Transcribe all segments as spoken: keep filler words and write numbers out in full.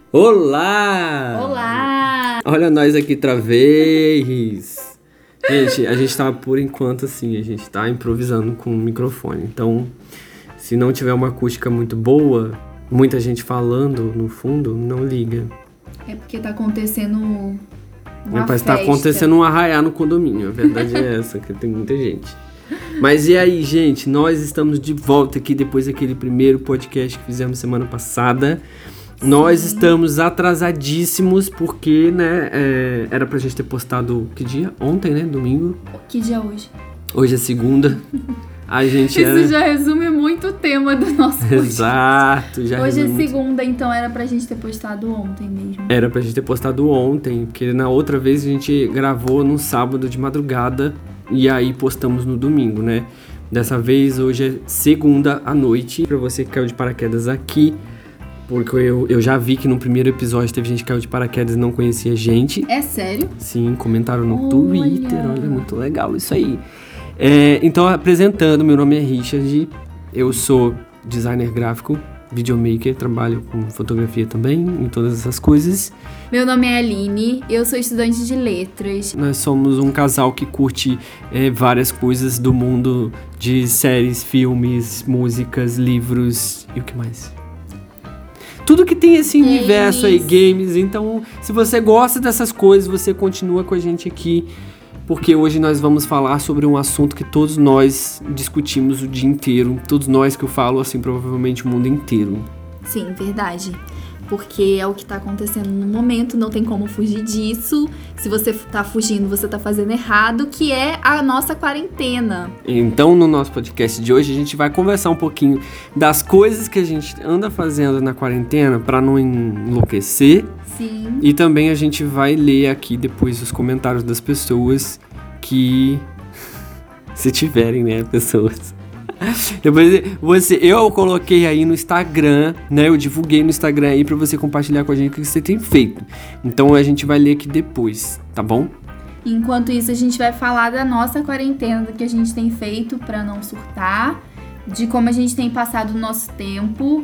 Olá! Olá! Olha nós aqui outra vez! Gente, a gente tá, por enquanto, assim, a gente tá improvisando com o microfone. Então, se não tiver uma acústica muito boa, muita gente falando no fundo, não liga. É porque tá acontecendo uma Parece festa. Tá acontecendo um arraiá no condomínio. A verdade é essa, que tem muita gente. Mas e aí, gente? Nós estamos de volta aqui depois daquele primeiro podcast que fizemos semana passada. Sim. Nós estamos atrasadíssimos porque, né, é, era pra gente ter postado, que dia? Ontem, né? Domingo. Que dia é hoje? Hoje é segunda. A gente Isso era... já resume muito o tema do nosso podcast. Exato. Já hoje é muito... segunda, então era pra gente ter postado ontem mesmo. Era pra gente ter postado ontem, porque na outra vez a gente gravou num sábado de madrugada e aí postamos no domingo, né? Dessa vez, hoje é segunda à noite. Pra você que caiu de paraquedas aqui, porque eu, eu já vi que no primeiro episódio teve gente que caiu de paraquedas e não conhecia a gente. É sério? Sim, comentaram no Olha. Twitter. Olha, muito legal isso aí. É, então, apresentando, meu nome é Richard. Eu sou designer gráfico, videomaker, trabalho com fotografia também, em todas essas coisas. Meu nome é Aline, eu sou estudante de letras. Nós somos um casal que curte é, várias coisas do mundo de séries, filmes, músicas, livros e o que mais? Tudo que tem esse Games. universo aí, games. Então, se você gosta dessas coisas, você continua com a gente aqui, porque hoje nós vamos falar sobre um assunto que todos nós discutimos o dia inteiro. Todos nós que eu falo, assim, provavelmente o mundo inteiro. Sim, verdade. Porque é o que tá acontecendo no momento, não tem como fugir disso. Se você tá fugindo, você tá fazendo errado, que é a nossa quarentena. Então, no nosso podcast de hoje, a gente vai conversar um pouquinho das coisas que a gente anda fazendo na quarentena para não enlouquecer. Sim. E também a gente vai ler aqui depois os comentários das pessoas que... se tiverem, né, pessoas... Depois você, eu coloquei aí no Instagram, né? Eu divulguei no Instagram aí pra você compartilhar com a gente o que você tem feito. Então a gente vai ler aqui depois, tá bom? Enquanto isso, a gente vai falar da nossa quarentena, do que a gente tem feito pra não surtar, de como a gente tem passado o nosso tempo.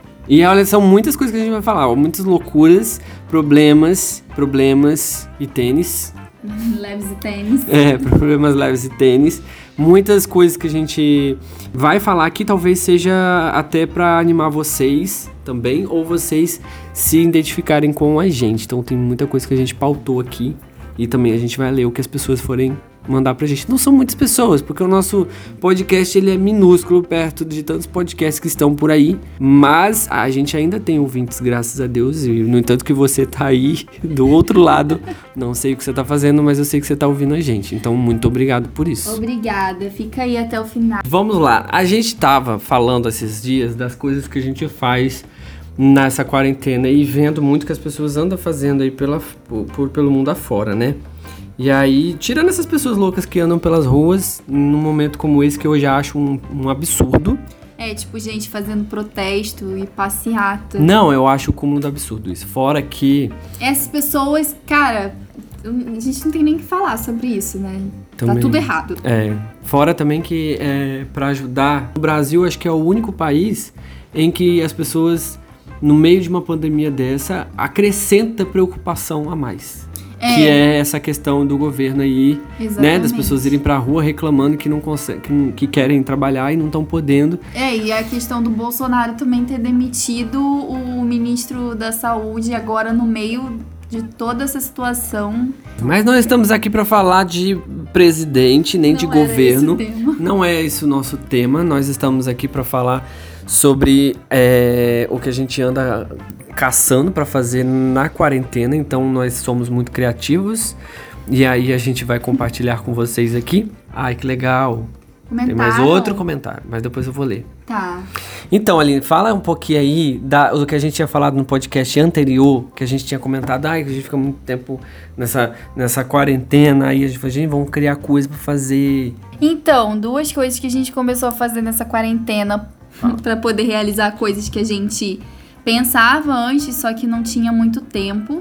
E olha, são muitas coisas que a gente vai falar, ó, muitas loucuras, problemas, problemas e tênis. Leves e tênis. É, problemas leves e tênis. Muitas coisas que a gente vai falar aqui talvez seja até pra animar vocês também, ou vocês se identificarem com a gente. Então tem muita coisa que a gente pautou aqui e também a gente vai ler o que as pessoas forem mandar pra gente. Não são muitas pessoas, porque o nosso podcast ele é minúsculo perto de tantos podcasts que estão por aí, mas a gente ainda tem ouvintes, graças a Deus, e no entanto que você tá aí do outro lado, não sei o que você tá fazendo, mas eu sei que você tá ouvindo a gente, então muito obrigado por isso. Obrigada, fica aí até o final. Vamos lá, a gente tava falando esses dias das coisas que a gente faz nessa quarentena e vendo muito que as pessoas andam fazendo aí pela, por, por, pelo mundo afora, né? E aí, tirando essas pessoas loucas que andam pelas ruas, num momento como esse que eu já acho um, um absurdo. É, tipo, gente fazendo protesto e passeata. Não, eu acho o cúmulo do absurdo isso. Fora que... Essas pessoas, cara, a gente não tem nem o que falar sobre isso, né? Também, tá tudo errado. É, fora também que, é, pra ajudar... O Brasil, acho que é o único país em que as pessoas, no meio de uma pandemia dessa, acrescenta preocupação a mais. É. Que é essa questão do governo aí, exatamente, né? Das pessoas irem pra rua reclamando que não conseguem, que, que querem trabalhar e não estão podendo. É, e a questão do Bolsonaro também ter demitido o ministro da Saúde agora no meio de toda essa situação. Mas nós estamos aqui pra falar de presidente, nem não de era governo. esse o tema. Não é esse o nosso tema. Nós estamos aqui pra falar sobre é, o que a gente anda caçando pra fazer na quarentena, então nós somos muito criativos e aí a gente vai compartilhar com vocês aqui. Ai, que legal! Comentaram. Tem mais outro comentário, mas depois eu vou ler. Tá. Então, Aline, fala um pouquinho aí da, do que a gente tinha falado no podcast anterior, que a gente tinha comentado, ai, que a gente fica muito tempo nessa, nessa quarentena, aí a gente falou, gente, vamos criar coisa pra fazer. Então, duas coisas que a gente começou a fazer nessa quarentena pra poder realizar coisas que a gente pensava antes, só que não tinha muito tempo,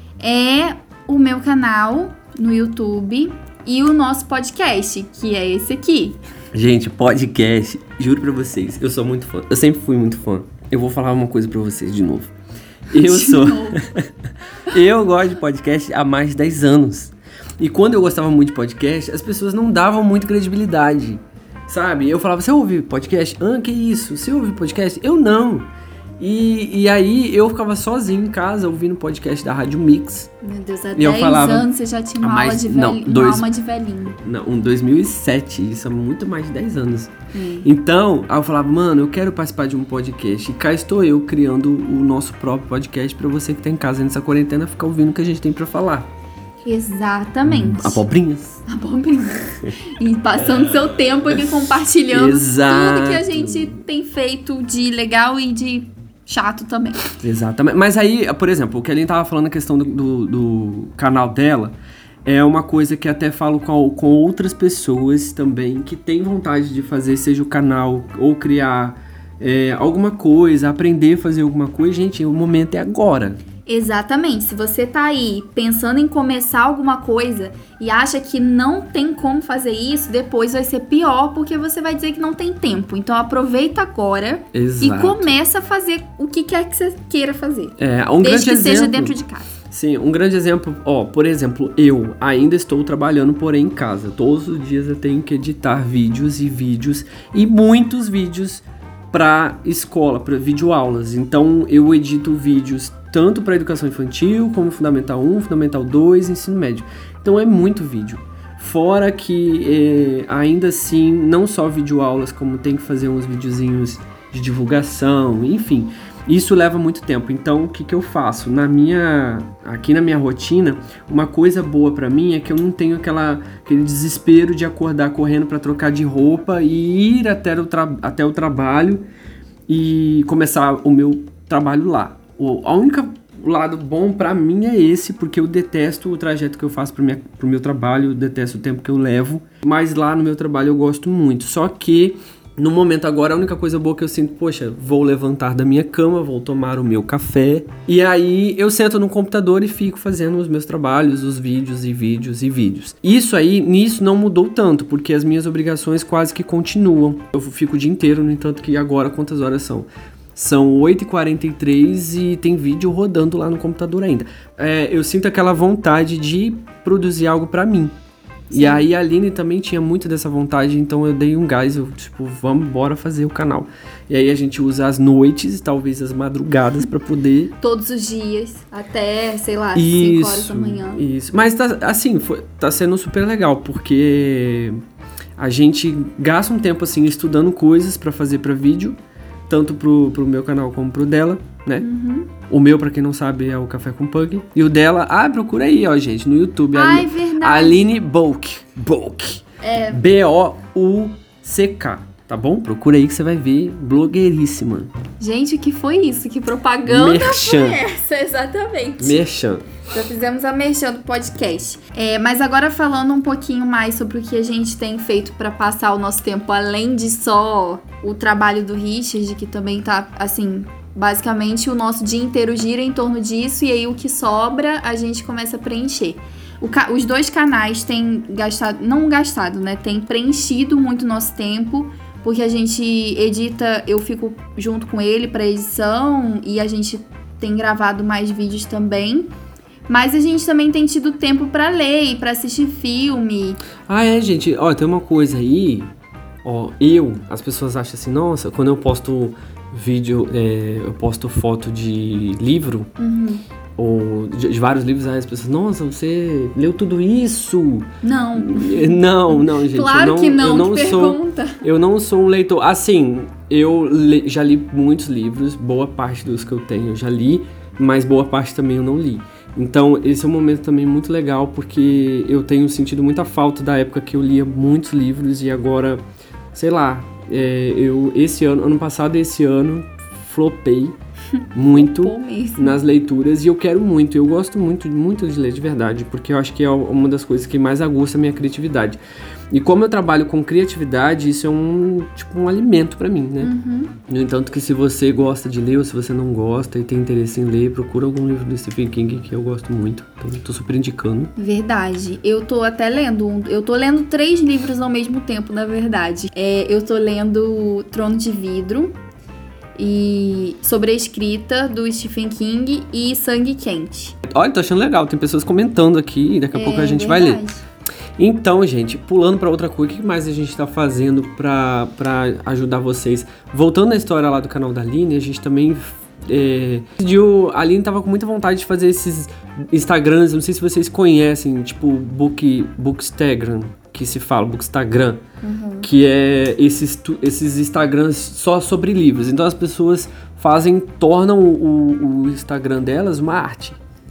é o meu canal no YouTube e o nosso podcast, que é esse aqui. Gente, podcast, juro pra vocês, eu sou muito fã, eu sempre fui muito fã. Eu vou falar uma coisa pra vocês de novo. Eu De sou. novo. Eu gosto de podcast há mais de dez anos. E quando eu gostava muito de podcast, as pessoas não davam muito credibilidade, sabe? Eu falava, você ouve podcast? Ah, que isso? Você ouve podcast? Eu não. E, e aí eu ficava sozinho em casa ouvindo podcast da Rádio Mix. Meu Deus, há E eu dez falava, anos você já tinha uma, há mais- aula de não, velhinho, dois- uma alma de velhinho. Não, em dois mil e sete, isso é muito mais de dez anos. Hum. Então, aí eu falava, mano, eu quero participar de um podcast. E cá estou eu criando o nosso próprio podcast pra você que tá em casa nessa quarentena ficar ouvindo o que a gente tem pra falar. Exatamente. Abobrinhas. Abobrinha. E passando seu tempo aqui compartilhando Exato. tudo que a gente tem feito de legal e de chato também. Exatamente. Mas aí, por exemplo, o que a Aline tava falando, a questão do, do, do canal dela, é uma coisa que até falo com, com outras pessoas também que têm vontade de fazer, seja o canal ou criar é, alguma coisa, aprender a fazer alguma coisa. Gente, o momento é agora. Exatamente. Se você tá aí pensando em começar alguma coisa e acha que não tem como fazer isso, depois vai ser pior porque você vai dizer que não tem tempo. Então aproveita agora Exato. e começa a fazer o que quer que você queira fazer. É, um Desde grande que exemplo. seja dentro de casa. Sim, um grande exemplo, ó, por exemplo, eu ainda estou trabalhando, porém em casa. Todos os dias eu tenho que editar vídeos e vídeos e muitos vídeos para escola, para videoaulas. Então eu edito vídeos tanto para educação infantil, como Fundamental um, Fundamental dois, ensino médio. Então é muito vídeo. Fora que é, ainda assim, não só videoaulas, como tem que fazer uns videozinhos de divulgação, enfim. Isso leva muito tempo. Então, o que, que eu faço? Na minha, aqui na minha rotina, uma coisa boa pra mim é que eu não tenho aquela, aquele desespero de acordar correndo pra trocar de roupa e ir até o, tra- até o trabalho e começar o meu trabalho lá. O a única lado bom pra mim é esse, porque eu detesto o trajeto que eu faço pro, minha, pro meu trabalho, eu detesto o tempo que eu levo, mas lá no meu trabalho eu gosto muito. Só que no momento agora, a única coisa boa que eu sinto, poxa, vou levantar da minha cama, vou tomar o meu café, e aí eu sento no computador e fico fazendo os meus trabalhos, os vídeos e vídeos e vídeos. Isso aí, nisso não mudou tanto, porque as minhas obrigações quase que continuam. Eu fico o dia inteiro, no entanto que agora, quantas horas são? São oito e quarenta e três e tem vídeo rodando lá no computador ainda. É, eu sinto aquela vontade de produzir algo pra mim. Sim. E aí a Aline também tinha muito dessa vontade, então eu dei um gás, eu tipo, vamos embora fazer o canal. E aí a gente usa as noites, talvez as madrugadas pra poder... Todos os dias, até, sei lá, cinco horas da manhã. Isso, mas tá, assim, foi, tá sendo super legal, porque a gente gasta um tempo assim estudando coisas pra fazer pra vídeo, tanto pro, pro meu canal como pro dela, né? Uhum. O meu, pra quem não sabe, é o Café com Pug. E o dela, ah, procura aí, ó, gente, no YouTube. Ai, Ali, verdade. Aline Bouk. Bouk. É. B O U C K. Tá bom? Procura aí que você vai ver. Blogueiríssima. Gente, o que foi isso? Que propaganda Merchan. foi essa? Exatamente. Merchan. Já fizemos a merchan do podcast. É, mas agora falando um pouquinho mais sobre o que a gente tem feito pra passar o nosso tempo, além de só o trabalho do Richard, que também tá, assim, basicamente o nosso dia inteiro gira em torno disso, e aí o que sobra a gente começa a preencher. O ca- os dois canais têm gastado, não gastado, né? Tem preenchido muito nosso tempo, porque a gente edita, eu fico junto com ele pra edição, e a gente tem gravado mais vídeos também. Mas a gente também tem tido tempo pra ler e pra assistir filme. Ah, é, gente. Ó, tem uma coisa aí. Ó, eu, as pessoas acham assim, nossa, quando eu posto vídeo, é, eu posto foto de livro, Uhum. ou de, de vários livros, aí as pessoas, nossa, você leu tudo isso? Não. Não, não, gente. Claro eu não, que não, eu não que sou, pergunta. eu não sou um leitor. Assim, eu le- já li muitos livros, boa parte dos que eu tenho eu já li, mas boa parte também eu não li. Então, esse é um momento também muito legal, porque eu tenho sentido muita falta da época que eu lia muitos livros e agora, sei lá, é, eu esse ano, ano passado e esse ano, flopei muito Pô, mesmo. nas leituras e eu quero muito, eu gosto muito, muito de ler de verdade, porque eu acho que é uma das coisas que mais aguça a minha criatividade. E como eu trabalho com criatividade, isso é um, tipo, um alimento pra mim, né? Uhum. No entanto que se você gosta de ler ou se você não gosta e tem interesse em ler, procura algum livro do Stephen King que eu gosto muito. Então eu tô super indicando. Verdade. Eu tô até lendo um, eu tô lendo três livros ao mesmo tempo, na verdade. É, eu tô lendo Trono de Vidro, e sobre a escrita do Stephen King e Sangue Quente. Olha, tô achando legal, tem pessoas comentando aqui, daqui a É, pouco a gente verdade. vai ler. Então, gente, pulando pra outra coisa, o que mais a gente tá fazendo pra, pra ajudar vocês? Voltando à história lá do canal da Aline, a gente também é, decidiu... A Aline tava com muita vontade de fazer esses Instagrams, não sei se vocês conhecem, tipo Book, Bookstagram, que se fala, Bookstagram, uhum. que é esses, esses Instagrams só sobre livros. Então as pessoas fazem, tornam o, o Instagram delas uma arte.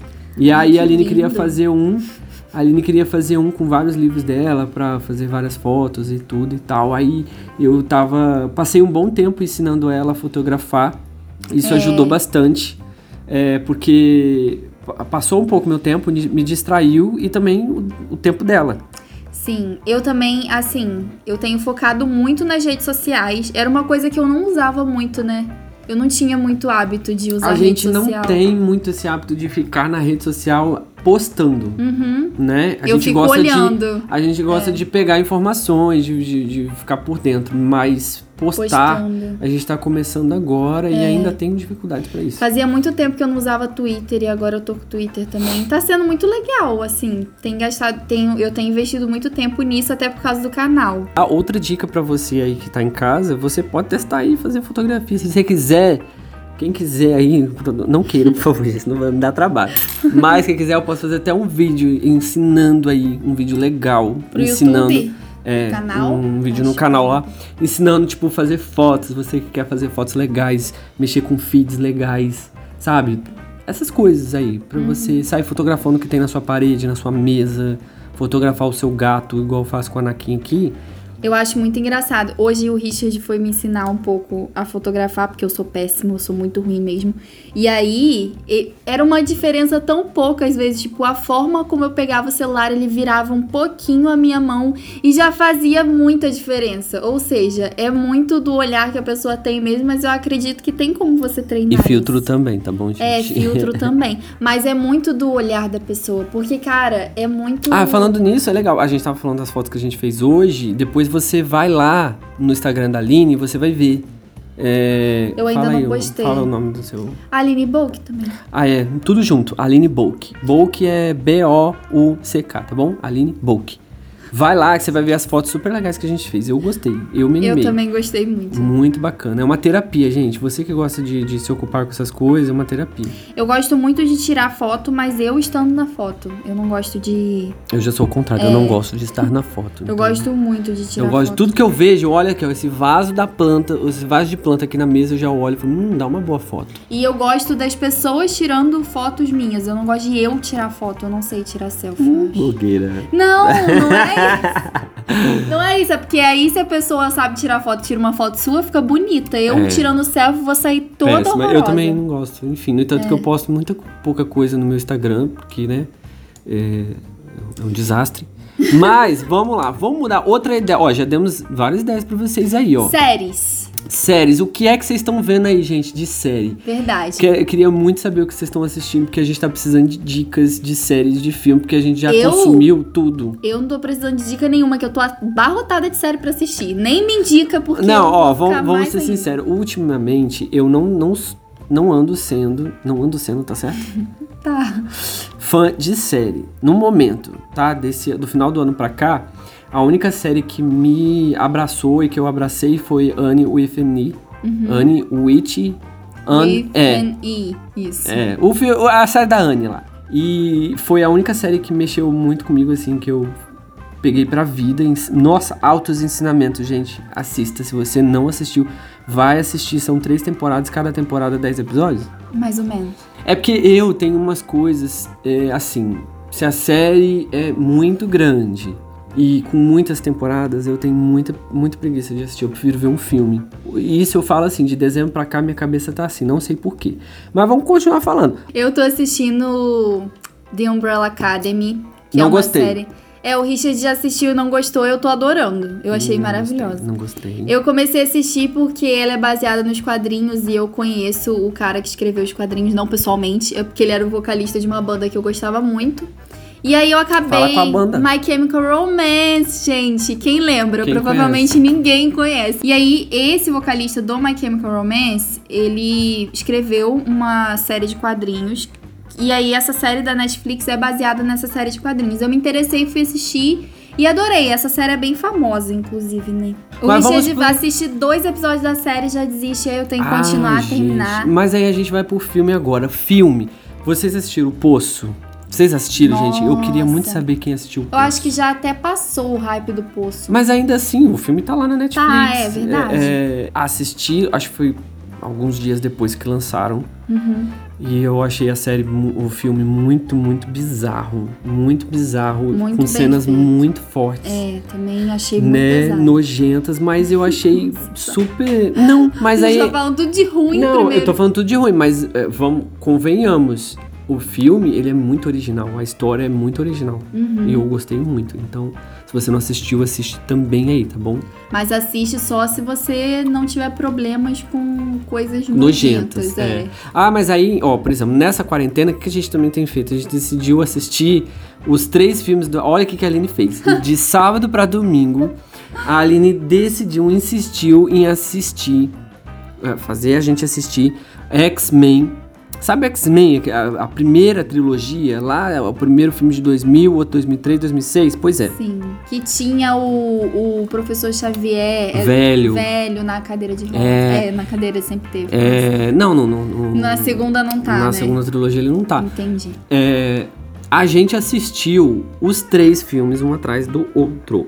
E Ai, aí que a Aline lindo. queria fazer um... A Aline queria fazer um com vários livros dela pra fazer várias fotos e tudo e tal. Aí eu tava... Passei um bom tempo ensinando ela a fotografar. Isso É. ajudou bastante. É, porque passou um pouco meu tempo, me distraiu e também o, o tempo dela. Sim, eu também, assim, eu tenho focado muito nas redes sociais. Era uma coisa que eu não usava muito, né? Eu não tinha muito hábito de usar A rede gente não social. tem muito esse hábito de ficar na rede social postando, Uhum. né? A Eu gente fico gosta olhando. De, a gente gosta É. de pegar informações, de, de, de ficar por dentro, mas postar, Postando. a gente tá começando agora e É. ainda tem dificuldade pra isso. Fazia muito tempo que eu não usava Twitter e agora eu tô com Twitter também. Tá sendo muito legal, assim. Tem gastado, tenho, eu tenho investido muito tempo nisso, até por causa do canal. A outra dica pra você aí que tá em casa, você pode testar aí, fazer fotografia. Se você quiser, quem quiser aí, não queira, por favor, isso não vai me dar trabalho. Mas quem quiser, eu posso fazer até um vídeo ensinando aí, um vídeo legal. Pro ensinando, YouTube? É, Canal? um vídeo no Acho canal que- lá, ensinando, tipo, fazer fotos. Você que quer fazer fotos legais, mexer com feeds legais, sabe? Essas coisas aí, pra Uhum. você sair fotografando o que tem na sua parede, na sua mesa, fotografar o seu gato, igual eu faço com a Anakin aqui. Eu acho muito engraçado. Hoje o Richard foi me ensinar um pouco a fotografar, porque eu sou péssimo, eu sou muito ruim mesmo. E aí, e- era uma diferença tão pouca, às vezes, tipo, a forma como eu pegava o celular, ele virava um pouquinho a minha mão e já fazia muita diferença. Ou seja, é muito do olhar que a pessoa tem mesmo, mas eu acredito que tem como você treinar E filtro isso. também, tá bom, gente? É, filtro também. Mas é muito do olhar da pessoa, porque, cara, é muito... Ah, falando nisso, é legal. A gente tava falando das fotos que a gente fez hoje. Depois você vai lá no Instagram da Aline e você vai ver. É, Eu ainda fala não aí, o- postei. Fala o nome do seu... Aline Bouk também. Ah, é. Tudo junto. Aline Bouk. Bouk é B O U C K, tá bom? Aline Bouk. Vai lá que você vai ver as fotos super legais que a gente fez. Eu gostei. Eu me Eu animei. também gostei muito. Muito bacana. É uma terapia, gente. Você que gosta de, de se ocupar com essas coisas, é uma terapia. Eu gosto muito de tirar foto, mas eu estando na foto. Eu não gosto de... Eu já sou o contrário. Eu não gosto de estar na foto. É. Eu então- gosto muito de tirar Eu gosto de foto. tudo que eu vejo. Olha aqui, ó, esse vaso da planta, esse vaso de planta aqui na mesa, eu já olho e falo, hum, dá uma boa foto. E eu gosto das pessoas tirando fotos minhas. Eu não gosto de eu tirar foto. Eu não sei tirar selfie. eu acho. Blogueira. Não, não é isso. Não é isso. É porque aí se a pessoa sabe tirar foto, tira uma foto sua, fica bonita. Eu É. tirando selfie, vou sair toda Péssima. horrorosa. Eu também não gosto. Enfim, no entanto que eu posto muita pouca coisa no meu Instagram, porque, né, é, é um desastre. Mas, vamos lá, vamos mudar outra ideia. Ó, já demos várias ideias pra vocês aí, ó. Séries. Séries, o que é que vocês estão vendo aí, gente, de série? Verdade. Que- Eu queria muito saber o que vocês estão assistindo, porque a gente tá precisando de dicas de séries, de filme, porque a gente já Eu? consumiu tudo. Eu não tô precisando de dica nenhuma, que eu tô abarrotada de série pra assistir. Nem me indica, porque Não, eu vou ó, ficar vamos, vamos mais ser ainda. sinceros. Ultimamente, eu não, não, não ando sendo... Não ando sendo, tá certo? Tá. Fã de série. No momento, tá? Desse, do final do ano pra cá, a única série que me abraçou e que eu abracei foi Anne with an E. Anne with an With E. an E. Isso. É, o, fi- a série da Anne lá. E foi a única série que mexeu muito comigo, assim, que eu peguei pra vida. Ens- Nossa, altos ensinamentos, gente. Assista. Se você não assistiu, vai assistir. São três temporadas, cada temporada dez episódios. Mais ou menos. É porque eu tenho umas coisas, é, assim, se a série é muito grande e com muitas temporadas, eu tenho muita, muita preguiça de assistir, eu prefiro ver um filme. E isso eu falo assim, de dezembro pra cá minha cabeça tá assim, não sei porquê. Mas vamos continuar falando. Eu tô assistindo The Umbrella Academy, que Não é uma gostei. série... É, o Richard já assistiu e não gostou, eu tô adorando. Eu achei Não maravilhosa. gostei, não gostei. Eu comecei a assistir porque ela é baseada nos quadrinhos e eu conheço o cara que escreveu os quadrinhos, não pessoalmente, é porque ele era o vocalista de uma banda que eu gostava muito. E aí eu acabei... Fala com a banda. My Chemical Romance, gente. Quem lembra? Quem Provavelmente conhece? ninguém conhece. E aí, esse vocalista do My Chemical Romance, ele escreveu uma série de quadrinhos. E aí, essa série da Netflix é baseada nessa série de quadrinhos. Eu me interessei e fui assistir... E adorei, essa série é bem famosa, inclusive, né? O Mas Richard vamos vai pro- assistir dois episódios da série e já desiste, aí eu tenho que continuar, Ah, gente. terminar. Mas aí a gente vai pro filme agora. Filme. Vocês assistiram o Poço? Vocês assistiram, gente? Eu queria muito Nossa. saber quem assistiu o Eu Poço. acho que já até passou o hype do Poço. Mas ainda assim, o filme tá lá na Netflix. Tá, é verdade. É, é, assisti, acho que foi alguns dias depois que lançaram. Uhum. E eu achei a série, mu- o filme muito, muito bizarro. Muito bizarro. Muito com bem cenas feito. muito fortes. É, também achei muito Né, pesado. nojentas, mas eu achei super. Não, mas A aí. gente tá falando tudo de ruim Não, primeiro. eu tô falando tudo de ruim, mas é, vamos, convenhamos. O filme, ele é muito original, a história é muito original. Uhum. E eu gostei muito. Então, se você não assistiu, assiste também aí, tá bom? Mas assiste só se você não tiver problemas com coisas Nojentas. nojentas. É. É. Ah, mas aí, ó, por exemplo, nessa quarentena, o que a gente também tem feito? A gente decidiu assistir os três filmes do. Olha o que que a Aline fez. De sábado pra domingo, a Aline decidiu, insistiu em assistir, é, fazer a gente assistir X-Men. Sabe X-Men, a, a primeira trilogia lá, o primeiro filme de dois mil, outro dois mil e três, dois mil e seis? Pois é. Sim. Que tinha o, o professor Xavier. é, Velho. Velho na cadeira de rodas. É. É, na cadeira sempre teve. É, não, não, não, não. Na segunda não tá, Na né? segunda trilogia ele não tá. Entendi. É, a gente assistiu os três filmes um atrás do outro.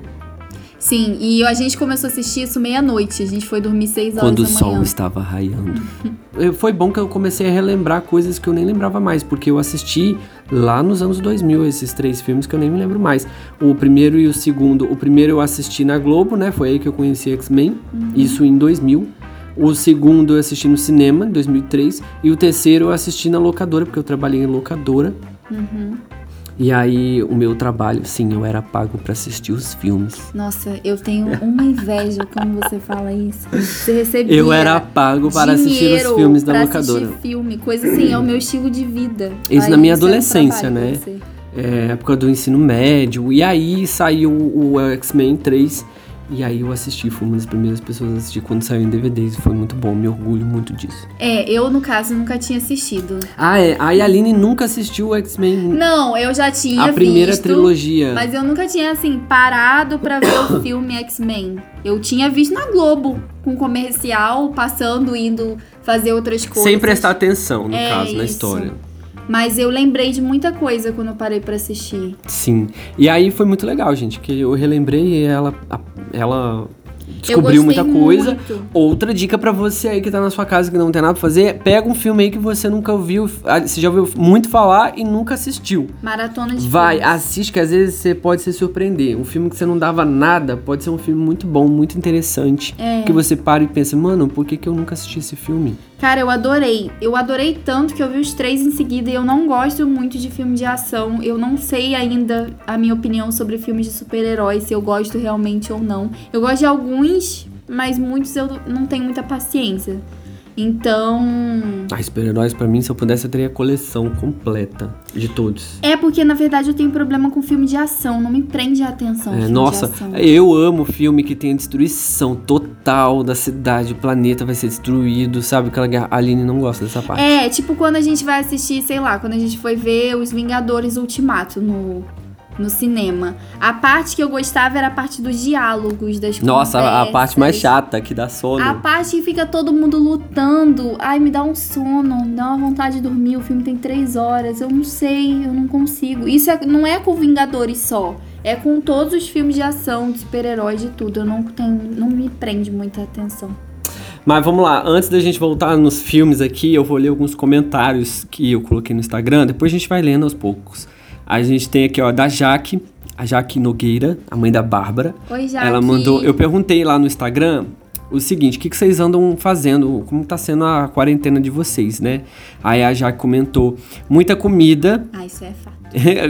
Sim, e a gente começou a assistir isso meia-noite. A gente foi dormir seis horas Quando o da manhã. sol estava raiando. Eu- Foi bom que eu comecei a relembrar coisas que eu nem lembrava mais, porque eu assisti lá nos anos dois mil esses três filmes que eu nem me lembro mais. O primeiro e o segundo. O primeiro eu assisti na Globo, né? Foi aí que eu conheci X-Men. Uhum. Isso em dois mil. O segundo eu assisti no cinema, em dois mil e três. E o terceiro eu assisti na locadora, porque eu trabalhei em locadora. Uhum. E aí, o meu trabalho, sim, eu era pago pra assistir os filmes. Nossa, eu tenho uma inveja quando você fala isso. Você recebia Eu era pago para assistir os dinheiro filmes da pra locadora. assistir filme, coisa assim, é o meu estilo de vida. Isso Aí na minha isso é um adolescência, trabalho né? pra você. É, época do ensino médio. E aí saiu o X-Men três. E aí eu assisti, fui uma das primeiras pessoas a assistir quando saiu em D V Ds. E foi muito bom, me orgulho muito disso. É, eu no caso nunca tinha assistido. Ah, é. Aí a Aline nunca assistiu o X-Men. Não, eu já tinha A primeira visto, trilogia. mas eu nunca tinha, assim, parado pra ver o filme X-Men. Eu tinha visto na Globo, com comercial, passando, indo fazer outras coisas. Sem prestar atenção, no É caso, na isso. história. Mas eu lembrei de muita coisa quando eu parei pra assistir. Sim. E aí foi muito legal, gente, que eu relembrei e ela, a- ela Eu descobriu gostei muita coisa. muito. Outra dica pra você aí que tá na sua casa que não tem nada pra fazer, pega um filme aí que você nunca ouviu, ah, você já ouviu muito falar e nunca assistiu. Maratona de Vai, filmes. assiste, que às vezes você pode se surpreender. Um filme que você não dava nada pode ser um filme muito bom, muito interessante. É. Que você para e pensa, mano, por que, que eu nunca assisti esse filme? Cara, eu adorei. Eu adorei tanto que eu vi os três em seguida e eu não gosto muito de filme de ação. Eu não sei ainda a minha opinião sobre filmes de super-heróis, se eu gosto realmente ou não. Eu gosto de alguns, mas muitos eu não tenho muita paciência. Então... Ah, super-heróis, pra mim, se eu pudesse, eu teria a coleção completa de todos. É porque, na verdade, eu tenho problema com filme de ação. Não me prende a atenção. É, filme nossa, de ação. eu amo filme que tem destruição total da cidade, o planeta vai ser destruído, sabe? Aquela guerra. A Aline não gosta dessa parte. É, tipo quando a gente vai assistir, sei lá, quando a gente foi ver Os Vingadores Ultimato no, no cinema. A parte que eu gostava era a parte dos diálogos, das Nossa, a- a conversas. parte mais chata, que dá sono. A parte que fica todo mundo lutando. Ai, me dá um sono, me dá uma vontade de dormir. O filme tem três horas. Eu não sei, eu não consigo. Isso é- não é com Vingadores só. É com todos os filmes de ação, de super-heróis, de tudo. Eu não tenho, não me prende muita atenção. Mas vamos lá, antes da gente voltar nos filmes aqui, eu vou ler alguns comentários que eu coloquei no Instagram, depois a gente vai lendo aos poucos. A gente tem aqui, ó, da Jaque, a Jaque Nogueira, a mãe da Bárbara. Oi, Jaque. Ela mandou, eu perguntei lá no Instagram o seguinte, o que, que vocês andam fazendo, como tá sendo a quarentena de vocês, né? Aí a Jaque comentou, muita comida, Ah, isso é fato.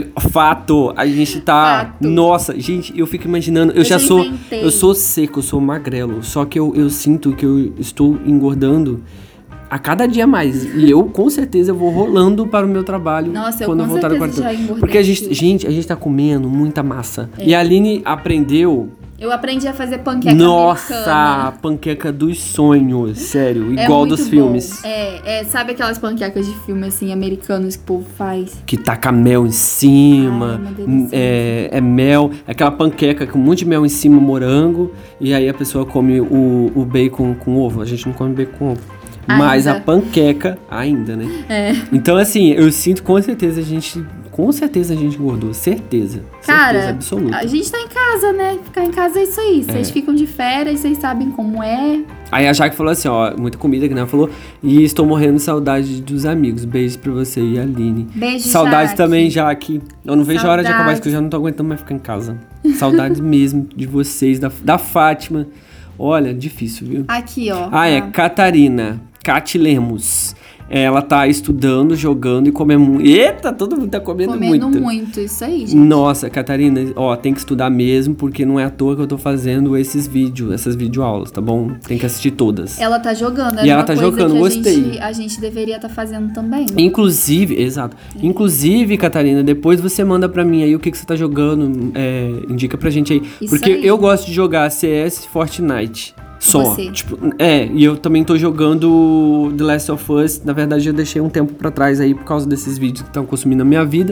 fato, a gente tá, Fato. nossa, gente, eu fico imaginando, eu, Eu já já sou, inventei. eu sou seco, eu sou magrelo, só que eu, eu sinto que eu estou engordando A cada dia mais. E eu, com certeza, eu vou rolando para o meu trabalho. Nossa, eu quando com eu voltar certeza da quarentena. já engordei Porque a gente, aquilo. gente, a gente tá comendo muita massa. É. E a Aline aprendeu... Eu aprendi a fazer panqueca Nossa, americana. panqueca dos sonhos, sério, É igual muito dos bom. filmes. É, é, sabe aquelas panquecas de filme, assim, americanos que o povo faz? Que taca mel em cima, Ai, uma delícia. é, é mel, aquela panqueca com um monte de mel em cima, morango, e aí a pessoa come o, o bacon com ovo. A gente não come bacon com ovo. Mas Ainda. a panqueca, ainda, né? É. Então, assim, eu sinto com certeza a gente. Com certeza a gente engordou. Certeza. Cara, certeza absoluta. a gente tá em casa, né? Ficar em casa é isso aí. Vocês É. ficam de férias, vocês sabem como é. Aí a Jaque falou assim, ó, muita comida que ela falou. E estou morrendo de saudade dos amigos. Beijos pra você e a Aline. Beijo, Saudades Jaque. também, Jaque. Eu não vejo a hora de acabar isso, Saudades. que eu já não tô aguentando mais ficar em casa. Saudades mesmo de vocês, da, da Fátima. Olha, difícil, viu? Aqui, ó. Ah, é Ó. Catarina. Cati Lemos. Ela tá estudando, jogando e comendo muito. Eita, todo mundo tá comendo, Comendo muito. muito. Isso aí, gente. Nossa, Catarina, ó, tem que estudar mesmo, porque não é à toa que eu tô fazendo esses vídeos, essas videoaulas, tá bom? Tem que assistir todas. Ela tá jogando. É E ela uma tá coisa jogando, que a gostei. gente, a gente deveria estar fazendo também. Inclusive, exato. Inclusive, Catarina, depois você manda pra mim aí o que, que você tá jogando, é, indica pra gente aí. Isso Porque aí. eu gosto de jogar C S e Fortnite. Só. Você. Tipo, é, e eu também tô jogando The Last of Us. Na verdade, eu deixei um tempo pra trás aí por causa desses vídeos que estão consumindo a minha vida.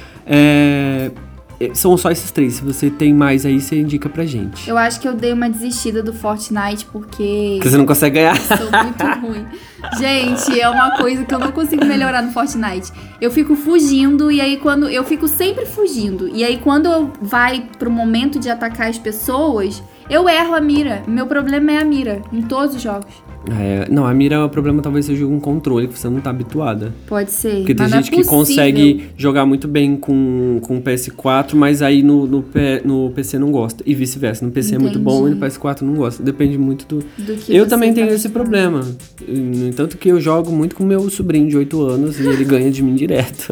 É, são só esses três. Se você tem mais aí, você indica pra gente. Eu acho que eu dei uma desistida do Fortnite porque Porque você não consegue ganhar. sou muito ruim. Gente, é uma coisa que eu não consigo melhorar no Fortnite. Eu fico fugindo e aí quando... Eu fico sempre fugindo. E aí quando vai pro momento de atacar as pessoas, eu erro a mira. Meu problema é a mira, em todos os jogos. É, não, a mira, o problema talvez seja um controle que você não tá habituada. Pode ser, Porque tem mas não é gente que possível. consegue jogar muito bem com, com o P S quatro, mas aí no, no, P- no P C não gosta. E vice-versa. No P C é muito Entendi. bom e no P S quatro não gosta. Depende muito do... Do que Eu você também tenho tá esse acostumado. problema. No entanto que eu jogo muito com meu sobrinho de oito anos e ele ganha de mim direto.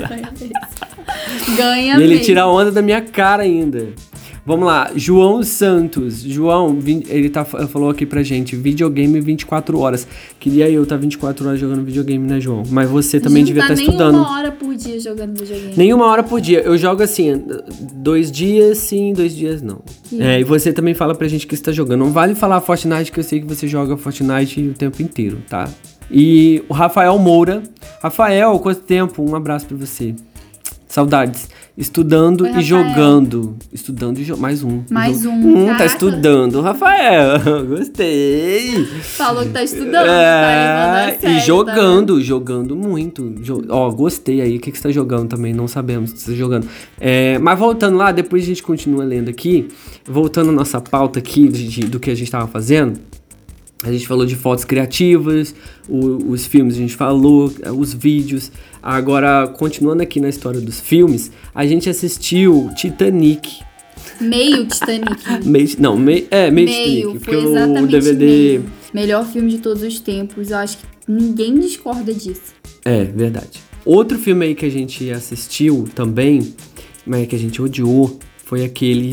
Ganha E ele mesmo. tira a onda da minha cara ainda. Vamos lá, João Santos. João, vin- ele tá, falou aqui pra gente, videogame vinte e quatro horas. Queria eu estar vinte e quatro horas jogando videogame, né, João? Mas você também Não devia tá estar nem estudando. uma hora por dia jogando videogame. Nenhuma hora por dia. Eu jogo assim, dois dias sim, dois dias não. Sim. É, e você também fala pra gente que você tá jogando. Não vale falar Fortnite, que eu sei que você joga Fortnite o tempo inteiro, tá? E o Rafael Moura. Rafael, quanto tempo? Um abraço pra você. Saudades. Estudando Oi, e Rafael. jogando. Estudando e jogando. Mais um. Mais Jo- um, Hum, tá caraca. estudando. Rafael, gostei. Falou que tá estudando, tá levando a É, sério, e tá jogando, jogando muito. Jo- Ó, gostei aí. O que, que você tá jogando também? Não sabemos o que você tá jogando. É, mas voltando lá, depois a gente continua lendo aqui. Voltando à nossa pauta aqui de- de- do que a gente tava fazendo. A gente falou de fotos criativas, o- os filmes a gente falou, os vídeos. Agora, continuando aqui na história dos filmes, a gente assistiu Titanic. Meio Titanic. Meio, não, meio, é, meio, Meio, Titanic. Porque foi o exatamente D V D... meio. Melhor filme de todos os tempos. Eu acho que ninguém discorda disso. É, verdade. Outro filme aí que a gente assistiu também, mas que a gente odiou, foi aquele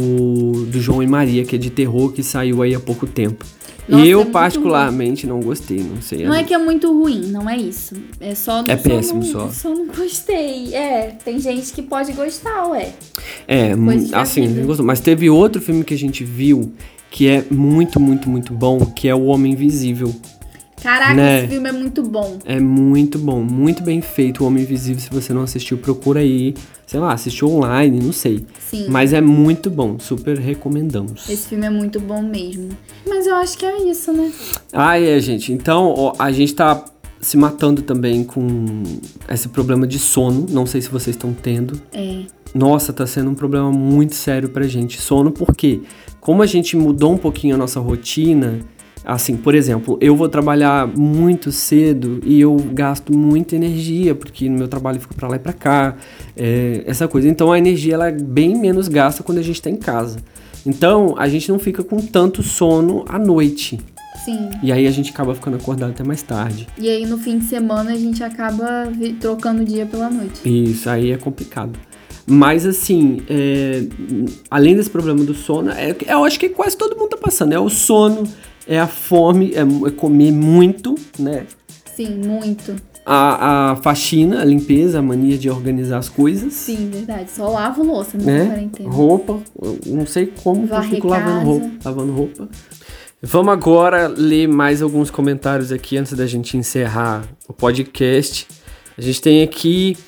do, do João e Maria, que é de terror, que saiu aí há pouco tempo. Nossa, é eu, muito particularmente, não gostei, não sei. Não é que é muito ruim, não é isso. É só É só péssimo, não, só. Só não gostei. É, tem gente que pode gostar, ué. É, Coisas da assim, vida. não gostou. Mas teve outro filme que a gente viu que é muito, muito, muito bom, que é O Homem Invisível. Caraca, Né? esse filme é muito bom. É muito bom, muito bem feito. O Homem Invisível, se você não assistiu, procura aí. Sei lá, assistiu online, não sei. Sim. Mas é muito bom, super recomendamos. Esse filme é muito bom mesmo. Mas eu acho que é isso, né? Ah, é, gente. Então, ó, a gente tá se matando também com esse problema de sono. Não sei se vocês estão tendo. É. Nossa, tá sendo um problema muito sério pra gente. Sono, porque como a gente mudou um pouquinho a nossa rotina, assim, por exemplo, eu vou trabalhar muito cedo e eu gasto muita energia, porque no meu trabalho eu fico pra lá e pra cá, é, essa coisa. Então a energia ela é bem menos gasta quando a gente tá em casa. Então a gente não fica com tanto sono à noite. Sim. E aí a gente acaba ficando acordado até mais tarde. E aí no fim de semana a gente acaba vi- trocando o dia pela noite. Isso aí é complicado. Mas assim, é, além desse problema do sono, é, eu acho que quase todo mundo tá passando. É o sono, é a fome, é, é comer muito, né? Sim, muito. A, a faxina, a limpeza, a mania de organizar as coisas. Sim, verdade. Só lavo louça nessa né? quarentena. Roupa, eu não sei como que eu Varrer fico lavando casa. roupa, lavando roupa. Vamos agora ler mais alguns comentários aqui antes da gente encerrar o podcast. A gente tem aqui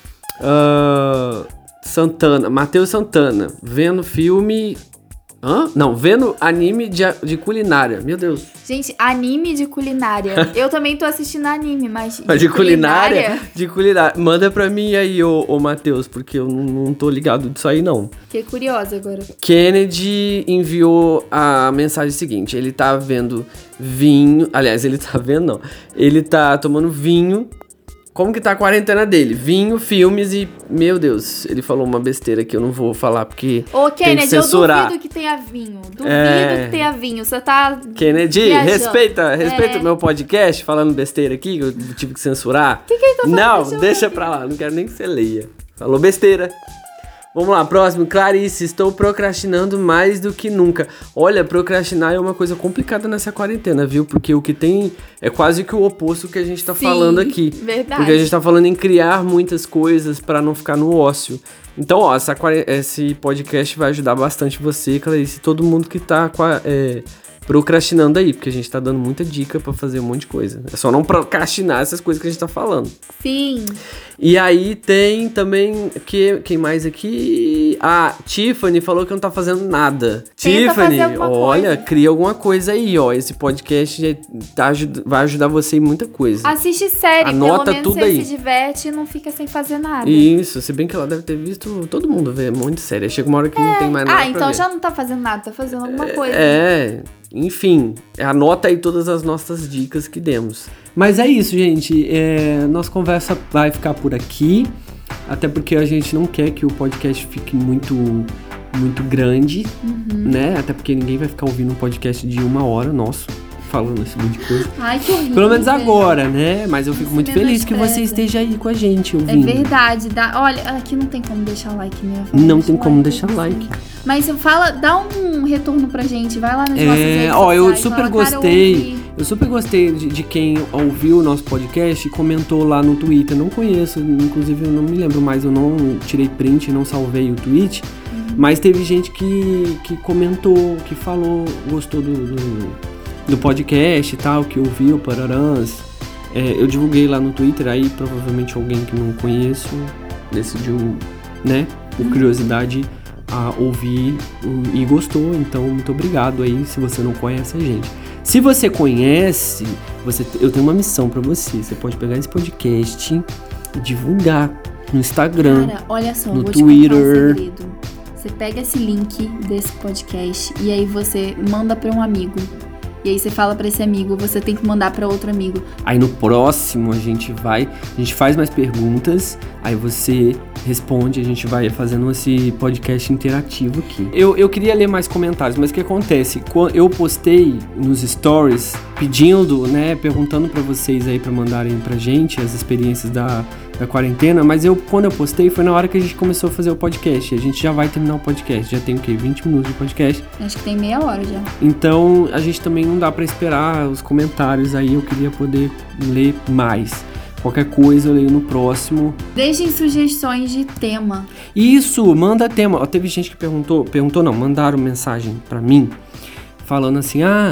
uh, Santana, Matheus Santana, vendo filme... Hã? Não, vendo anime de, de culinária. Meu Deus. Gente, anime de culinária. Eu também tô assistindo anime, mas de, Mas de culinária? culinária? De culinária. Manda pra mim aí, ô, ô Matheus, porque eu não, não tô ligado disso aí, não. Fiquei curiosa agora. Kennedy enviou a mensagem seguinte. Ele tá vendo vinho... Aliás, ele tá vendo, não. Ele tá tomando vinho... Como que tá a quarentena dele? Vinho, filmes e... Meu Deus, ele falou uma besteira que eu não vou falar porque Ô, tem que Kennedy, eu censurar. duvido que tenha vinho. Duvido É. que tenha vinho. Você tá Kennedy, viajando. respeita, respeita É. o meu podcast falando besteira aqui, que eu tive que censurar. O que, que ele tá falando? Não, Deixa eu deixa ver. pra lá, não quero nem que você leia. Falou besteira. Vamos lá, próximo. Clarice, estou procrastinando mais do que nunca. Olha, procrastinar é uma coisa complicada nessa quarentena, viu? Porque o que tem é quase que o oposto que a gente tá Sim, falando aqui. verdade. Porque a gente tá falando em criar muitas coisas pra não ficar no ócio. Então, ó, essa, quaren- esse podcast vai ajudar bastante você, Clarice, e todo mundo que tá com a- é, procrastinando aí, porque a gente tá dando muita dica pra fazer um monte de coisa. É só não procrastinar essas coisas que a gente tá falando. Sim. E aí tem também, que, quem mais aqui? A Tiffany falou que não tá fazendo nada. Tenta Tiffany, fazer alguma olha, coisa. cria alguma coisa aí, ó. Esse podcast já tá, aju- vai ajudar você em muita coisa. Assiste série, Anota pelo menos tudo você aí. se diverte e não fica sem fazer nada. Isso, se bem que ela deve ter visto, todo mundo vê um monte de série. Aí chega uma hora que não tem mais nada Ah, pra então ver. já não tá fazendo nada, tá fazendo alguma coisa. É, enfim, anota aí todas as nossas dicas que demos. Mas é isso, gente. É, nossa conversa vai ficar por aqui. Até porque a gente não quer que o podcast fique muito, muito grande, né? Até porque ninguém vai ficar ouvindo um podcast de uma hora nosso, falando esse monte de coisa. Ai, que horrível. Pelo menos agora, né? Mas eu fico Isso muito feliz que menospreza. você esteja aí com a gente É ouvindo. verdade. Dá, olha, aqui não tem como deixar like, né? Não Deixa tem como like, deixar assim. like. Mas fala, dá um retorno pra gente, vai lá nas É, nossas redes ó, eu sociais, super fala, cara, gostei. eu ouvi. Eu super gostei de, de quem ouviu o nosso podcast e comentou lá no Twitter. Não conheço, inclusive eu não me lembro mais, eu não tirei print, não salvei o tweet. Uhum. Mas teve gente que, que comentou, que falou, gostou do, do, do podcast e tal, que ouviu, pararãs. É, eu divulguei lá no Twitter, aí provavelmente alguém que não conheço decidiu, né, por curiosidade, a ouvir o- e gostou. Então, muito obrigado aí se você não conhece a gente. Se você conhece, você, eu tenho uma missão pra você. Você pode pegar esse podcast e divulgar no Instagram. Cara, olha só, no vou te Twitter. contar um segredo. Você pega esse link desse podcast e aí você manda pra um amigo. E aí você fala pra esse amigo, você tem que mandar pra outro amigo. Aí no próximo a gente vai, a gente faz mais perguntas, aí você responde, a gente vai fazendo esse podcast interativo aqui. Eu, eu queria ler mais comentários, mas o que acontece? Quan- Eu postei nos stories pedindo, né, perguntando pra vocês aí pra mandarem pra gente as experiências da, da quarentena, mas eu, quando eu postei foi na hora que a gente começou a fazer o podcast. A gente já vai terminar o podcast, já tem o quê? vinte minutos de podcast. Acho que tem meia hora já. Então a gente também não dá pra esperar os comentários aí, eu queria poder ler mais. Qualquer coisa eu leio no próximo. Deixem sugestões de tema. Isso, manda tema. Ó, teve gente que perguntou, perguntou não, mandaram mensagem pra mim, falando assim, ah,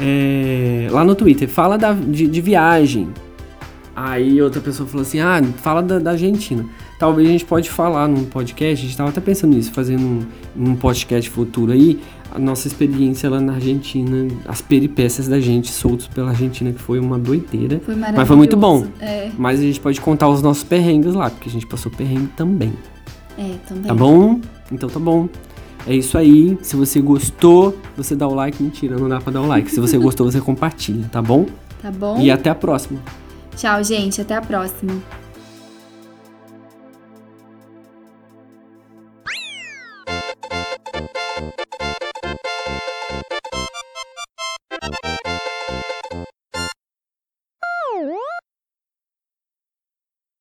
é, lá no Twitter, fala da, de, de viagem. Aí outra pessoa falou assim, ah, fala da, da Argentina. Talvez a gente pode falar num podcast, a gente tava até pensando nisso, fazendo um, um podcast futuro aí, a nossa experiência lá na Argentina, as peripécias da gente soltos pela Argentina, que foi uma doideira. Foi maravilhoso. Mas foi muito bom. É, Mas a gente pode contar os nossos perrengues lá, porque a gente passou perrengue também. é, também. Tá bom? Então tá bom. É isso aí. Se você gostou, você dá o like. Mentira, não dá pra dar o like. Se você gostou, você compartilha, tá bom? Tá bom? E até a próxima. Tchau, gente. Até a próxima.